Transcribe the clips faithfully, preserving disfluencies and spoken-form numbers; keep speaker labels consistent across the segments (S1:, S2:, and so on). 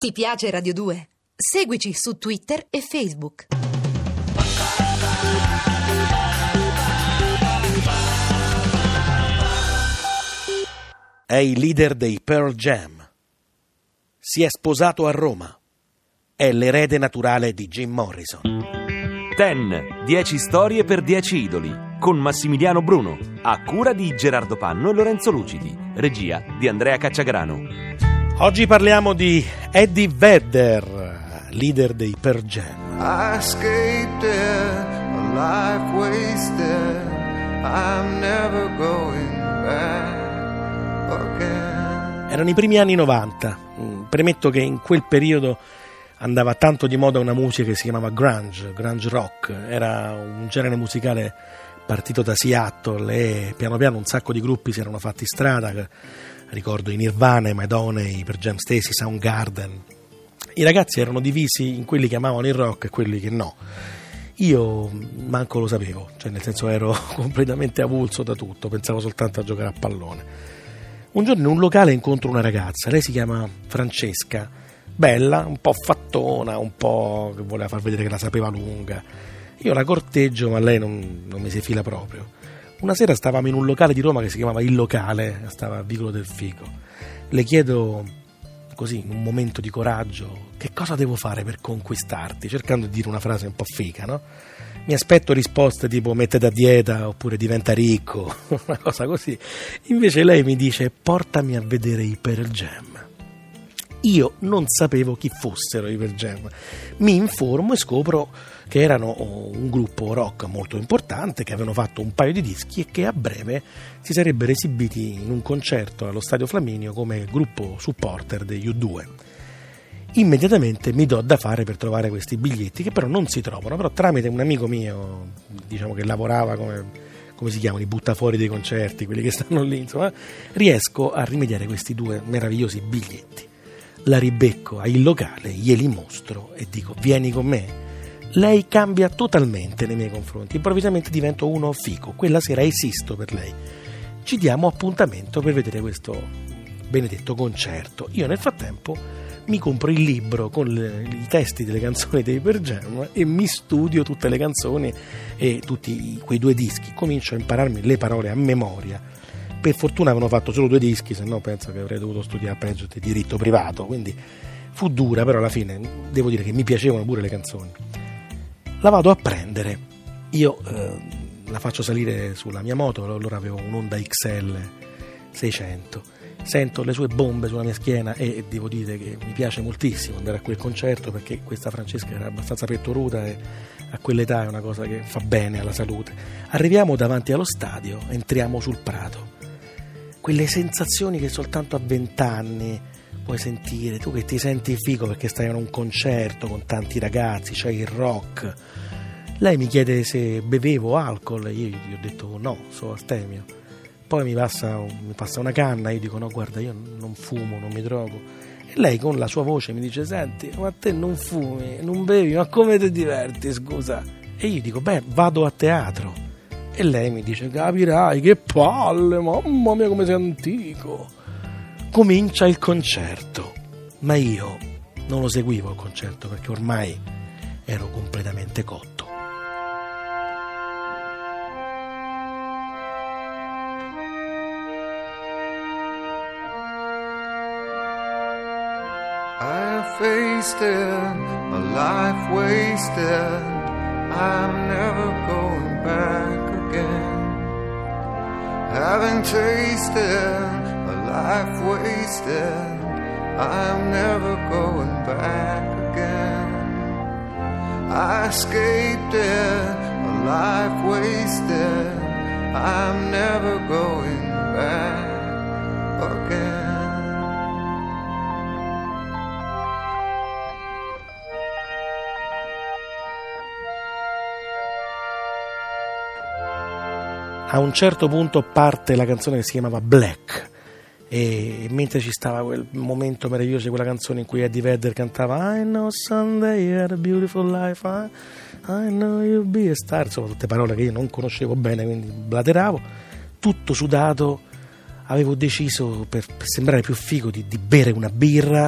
S1: Ti piace Radio due? Seguici su Twitter e Facebook.
S2: È il leader dei Pearl Jam. Si è sposato a Roma. È l'erede naturale di Jim Morrison.
S3: Ten, dieci storie per dieci idoli, con Massimiliano Bruno, a cura di Gerardo Panno e Lorenzo Lucidi, regia di Andrea Cacciagrano.
S2: Oggi parliamo di Eddie Vedder, leader dei Pearl Jam.
S4: I escaped it, a life wasted. I'm never going back again.
S2: Erano i primi anni novanta. Premetto che in quel periodo andava tanto di moda una musica che si chiamava grunge, grunge rock. Era un genere musicale partito da Seattle e piano piano un sacco di gruppi si erano fatti strada. Ricordo i Nirvana, i Madonna, i Pearl Jam stessi, Soundgarden. I ragazzi erano divisi in quelli che amavano il rock e quelli che no. Io manco lo sapevo, cioè nel senso ero completamente avulso da tutto, pensavo soltanto a giocare a pallone. Un giorno in un locale incontro una ragazza, lei si chiama Francesca, bella, un po' fattona, un po' che voleva far vedere che la sapeva lunga. Io la corteggio, ma lei non, non mi si fila proprio. Una sera stavamo in un locale di Roma che si chiamava Il Locale, stava a Vicolo del Fico. Le chiedo, così, in un momento di coraggio, che cosa devo fare per conquistarti, cercando di dire una frase un po' fica, no? Mi aspetto risposte tipo mettete a dieta oppure diventa ricco, una cosa così. Invece lei mi dice portami a vedere i Pearl Jam. Io non sapevo chi fossero i Pearl Jam. Mi informo e scopro che erano un gruppo rock molto importante, che avevano fatto un paio di dischi e che a breve si sarebbero esibiti in un concerto allo Stadio Flaminio come gruppo supporter degli U due. Immediatamente mi do da fare per trovare questi biglietti, che però non si trovano, però tramite un amico mio, diciamo che lavorava come, come si chiamano, i buttafuori dei concerti, quelli che stanno lì, insomma, riesco a rimediare questi due meravigliosi biglietti. La ribecco a Il Locale, glieli mostro e dico vieni con me. Lei cambia totalmente nei miei confronti, improvvisamente divento uno fico, quella sera esisto per lei. Ci diamo appuntamento per vedere questo benedetto concerto. Io nel frattempo mi compro il libro con le, i testi delle canzoni dei Pearl Jam e mi studio tutte le canzoni e tutti quei due dischi, comincio a impararmi le parole a memoria. Per fortuna avevano fatto solo due dischi, se no penso che avrei dovuto studiare peggio di diritto privato, quindi fu dura, però alla fine devo dire che mi piacevano pure le canzoni. La vado a prendere, io eh, la faccio salire sulla mia moto, allora avevo un Honda X L seicento, sento le sue bombe sulla mia schiena e devo dire che mi piace moltissimo andare a quel concerto, perché questa Francesca era abbastanza pettoruta e a quell'età è una cosa che fa bene alla salute. Arriviamo davanti allo stadio, entriamo sul prato, quelle sensazioni che soltanto a vent'anni puoi sentire, tu che ti senti figo perché stai in un concerto con tanti ragazzi, c'è il rock. Lei mi chiede se bevevo alcol, io gli ho detto no, sono astemio. Poi mi passa, mi passa una canna, io dico no guarda io non fumo, non mi drogo. E lei con la sua voce mi dice senti, ma te non fumi, non bevi, ma come ti diverti scusa? E io dico beh vado a teatro. E lei mi dice capirai che palle, mamma mia come sei antico. Comincia il concerto, ma io non lo seguivo il concerto perché ormai ero completamente cotto.
S4: I faced it, a life wasted. I'm never going back again. Having tasted life wasted, I'm never going back again. I escaped it, a life wasted, I'm never going back again.
S2: A un certo punto parte la canzone che si chiamava Black. E mentre ci stava quel momento meraviglioso di quella canzone in cui Eddie Vedder cantava I know someday you had a beautiful life, I, I know you'll be a star, insomma tutte parole che io non conoscevo bene, quindi blateravo, tutto sudato, avevo deciso per, per sembrare più figo di, di bere una birra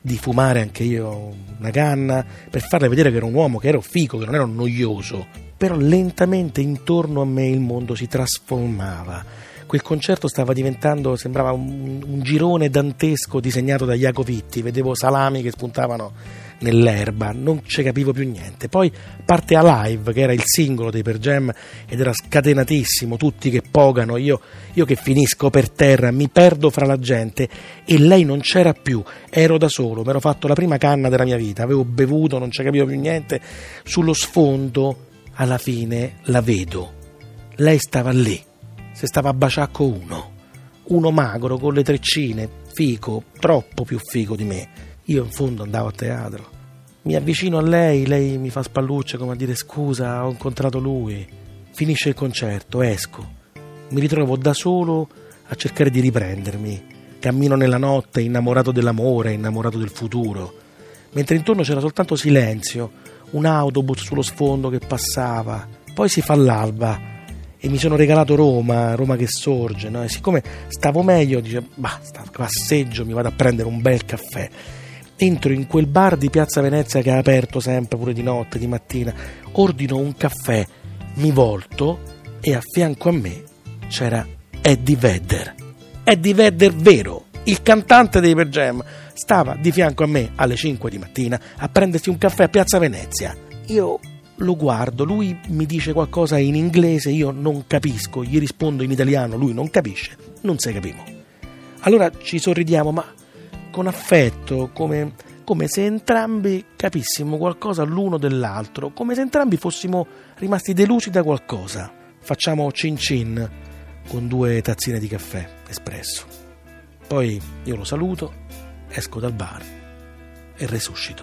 S2: di fumare anche io una canna, per farle vedere che ero un uomo, che ero fico, che non ero noioso. Però lentamente intorno a me il mondo si trasformava. Quel concerto stava diventando, sembrava un, un girone dantesco disegnato da Jaco Vitti, vedevo salami che spuntavano nell'erba, non ci capivo più niente. Poi parte Alive, che era il singolo dei Pearl Jam, ed era scatenatissimo, tutti che pogano, io, io che finisco per terra, mi perdo fra la gente, e lei non c'era più, ero da solo, mi ero fatto la prima canna della mia vita, avevo bevuto, non ci capivo più niente. Sullo sfondo alla fine la vedo, lei stava lì, se stava a baciare con uno uno magro con le treccine, fico, troppo più fico di me. Io in fondo andavo a teatro, mi avvicino a lei, lei mi fa spallucce come a dire scusa, ho incontrato lui. Finisce il concerto, esco, mi ritrovo da solo a cercare di riprendermi, cammino nella notte innamorato dell'amore, innamorato del futuro, mentre intorno c'era soltanto silenzio, un autobus sullo sfondo che passava. Poi si fa l'alba e mi sono regalato Roma, Roma che sorge, no? E siccome stavo meglio, dice, bah, passeggio, mi vado a prendere un bel caffè. Entro in quel bar di Piazza Venezia che è aperto sempre, pure di notte, di mattina, ordino un caffè, mi volto e a fianco a me c'era Eddie Vedder. Eddie Vedder vero, il cantante dei Pearl Jam, stava di fianco a me alle cinque di mattina a prendersi un caffè a Piazza Venezia. Io lo guardo, lui mi dice qualcosa in inglese, io non capisco, gli rispondo in italiano, lui non capisce, non se capimo. Allora ci sorridiamo, ma con affetto, come, come se entrambi capissimo qualcosa l'uno dell'altro, come se entrambi fossimo rimasti delusi da qualcosa. Facciamo cin cin con due tazzine di caffè espresso. Poi io lo saluto, esco dal bar e resuscito.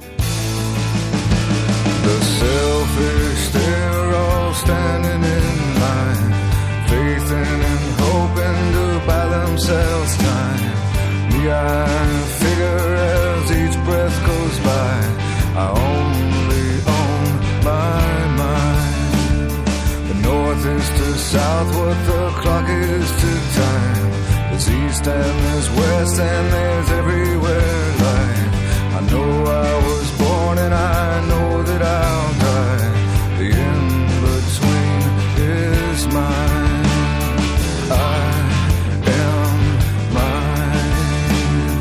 S4: The selfish, they're all standing in line, faithing and hoping to buy themselves time. Me, I figure as each breath goes by, I only own my mind. The north is to south, what the clock is to time. There's east and there's west and there's everywhere light. I know I was born and I know that I'll die. The in-between is mine. I am mine.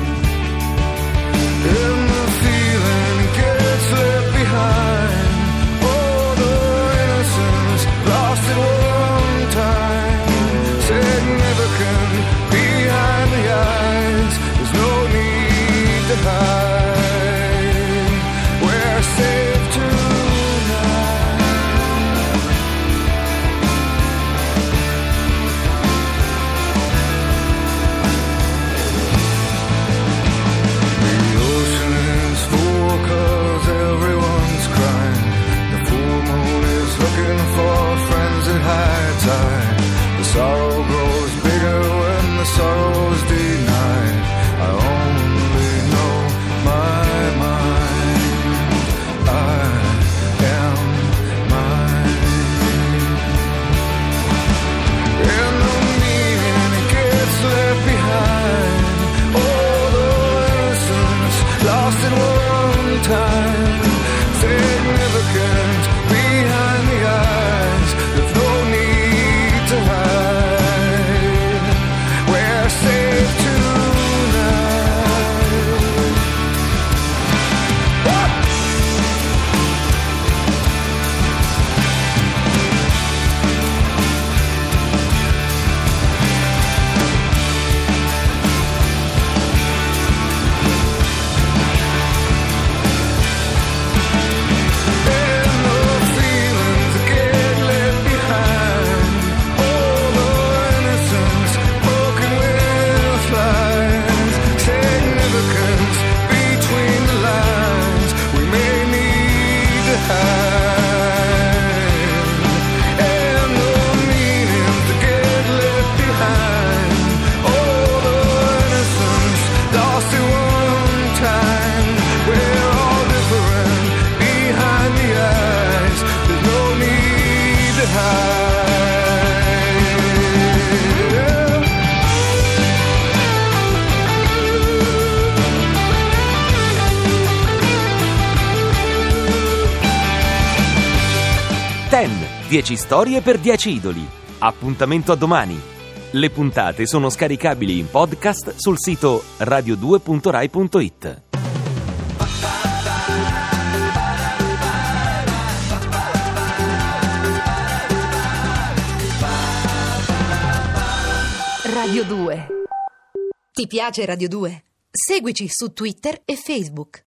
S4: And the feeling gets left behind. Oh, the innocence lost at one time. Said never can be behind
S3: Ten, dieci storie per dieci idoli. Appuntamento a domani. Le puntate sono scaricabili in podcast sul sito radio due punto rai punto it.
S1: Radio due. Ti piace Radio due? Seguici su Twitter e Facebook.